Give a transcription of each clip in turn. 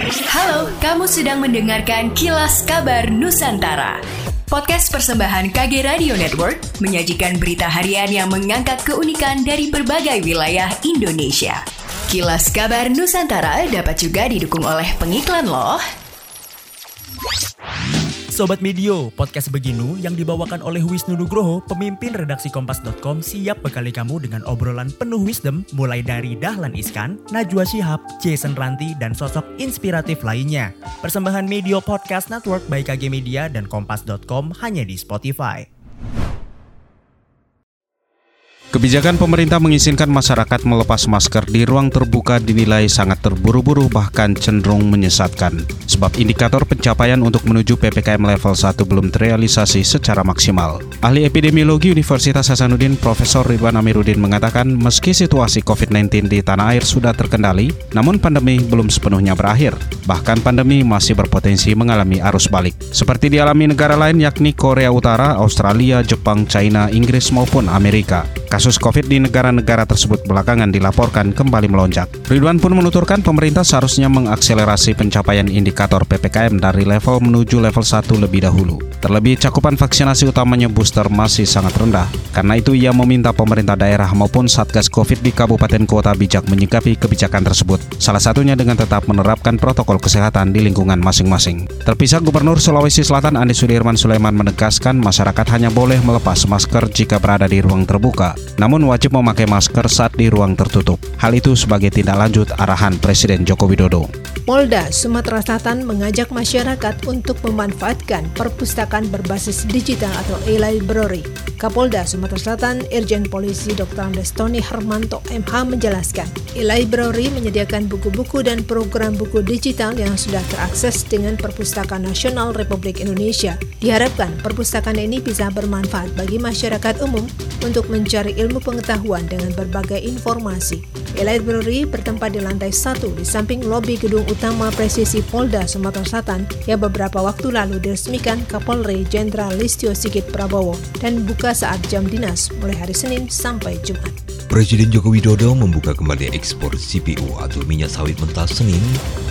Halo, kamu sedang mendengarkan Kilas Kabar Nusantara. Podcast persembahan KG Radio Network menyajikan berita harian yang mengangkat keunikan dari berbagai wilayah Indonesia. Kilas Kabar Nusantara dapat juga didukung oleh pengiklan loh. Sobat Medio, podcast Beginu yang dibawakan oleh Wisnu Nugroho, pemimpin redaksi Kompas.com siap bekali kamu dengan obrolan penuh wisdom mulai dari Dahlan Iskan, Najwa Shihab, Jason Ranti, dan sosok inspiratif lainnya. Persembahan Medio Podcast Network by KG Media dan Kompas.com hanya di Spotify. Kebijakan pemerintah mengizinkan masyarakat melepas masker di ruang terbuka dinilai sangat terburu-buru bahkan cenderung menyesatkan. Sebab indikator pencapaian untuk menuju PPKM level 1 belum terrealisasi secara maksimal. Ahli epidemiologi Universitas Hasanuddin Profesor Ridwan Amiruddin mengatakan meski situasi COVID-19 di tanah air sudah terkendali, namun pandemi belum sepenuhnya berakhir. Bahkan pandemi masih berpotensi mengalami arus balik. Seperti dialami negara lain yakni Korea Utara, Australia, Jepang, China, Inggris maupun Amerika. Kasus COVID di negara-negara tersebut belakangan dilaporkan kembali melonjak. Ridwan pun menuturkan pemerintah seharusnya mengakselerasi pencapaian indikator PPKM dari level menuju level 1 lebih dahulu. Terlebih cakupan vaksinasi utamanya booster masih sangat rendah. Karena itu ia meminta pemerintah daerah maupun Satgas COVID di kabupaten kota bijak menyikapi kebijakan tersebut. Salah satunya dengan tetap menerapkan protokol kesehatan di lingkungan masing-masing. Terpisah Gubernur Sulawesi Selatan Andi Sudirman Sulaiman menegaskan masyarakat hanya boleh melepas masker jika berada di ruang terbuka. Namun wajib memakai masker saat di ruang tertutup. Hal itu sebagai tindak lanjut arahan Presiden Joko Widodo. Polda Sumatera Selatan mengajak masyarakat untuk memanfaatkan perpustakaan berbasis digital atau e-library. Kapolda Sumatera Selatan Irjen Polisi Dr. Andes Tony Hermanto MH menjelaskan, e-library menyediakan buku-buku dan program buku digital yang sudah terakses dengan Perpustakaan Nasional Republik Indonesia. Diharapkan perpustakaan ini bisa bermanfaat bagi masyarakat umum untuk mencari ilmu pengetahuan dengan berbagai informasi. E-library bertempat di lantai 1 di samping lobi gedung utama Presisi Polda Sumatera Selatan yang beberapa waktu lalu diresmikan Kapolri Jenderal Listio Sigit Prabowo dan buka saat jam dinas mulai hari Senin sampai Jumat. Presiden Joko Widodo membuka kembali ekspor CPO atau minyak sawit mentah Senin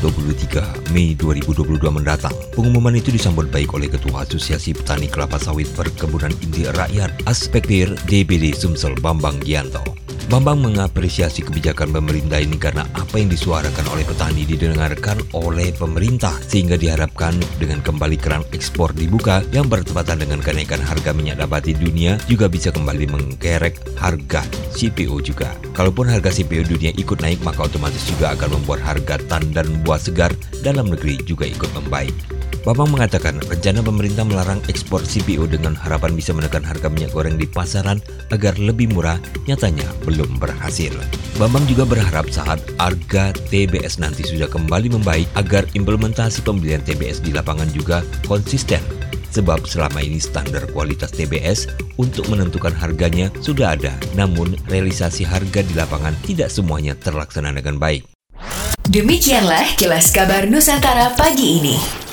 23 Mei 2022 mendatang. Pengumuman itu disambut baik oleh Ketua Asosiasi Petani Kelapa Sawit Perkebunan Inti Rakyat Aspektir DPD Sumsel Bambang Gianto. Bambang mengapresiasi kebijakan pemerintah ini karena apa yang disuarakan oleh petani didengarkan oleh pemerintah sehingga diharapkan dengan kembali keran ekspor dibuka yang bertepatan dengan kenaikan harga minyak nabati dunia juga bisa kembali mengkerek harga CPO juga. Kalaupun harga CPO dunia ikut naik maka otomatis juga akan membuat harga tan dan buah segar dalam negeri juga ikut membaik. Bambang mengatakan rencana pemerintah melarang ekspor CPO dengan harapan bisa menekan harga minyak goreng di pasaran agar lebih murah, nyatanya belum berhasil. Bambang juga berharap saat harga TBS nanti sudah kembali membaik agar implementasi pembelian TBS di lapangan juga konsisten. Sebab selama ini standar kualitas TBS untuk menentukan harganya sudah ada, namun realisasi harga di lapangan tidak semuanya terlaksana dengan baik. Demikianlah Kilas Kabar Nusantara pagi ini.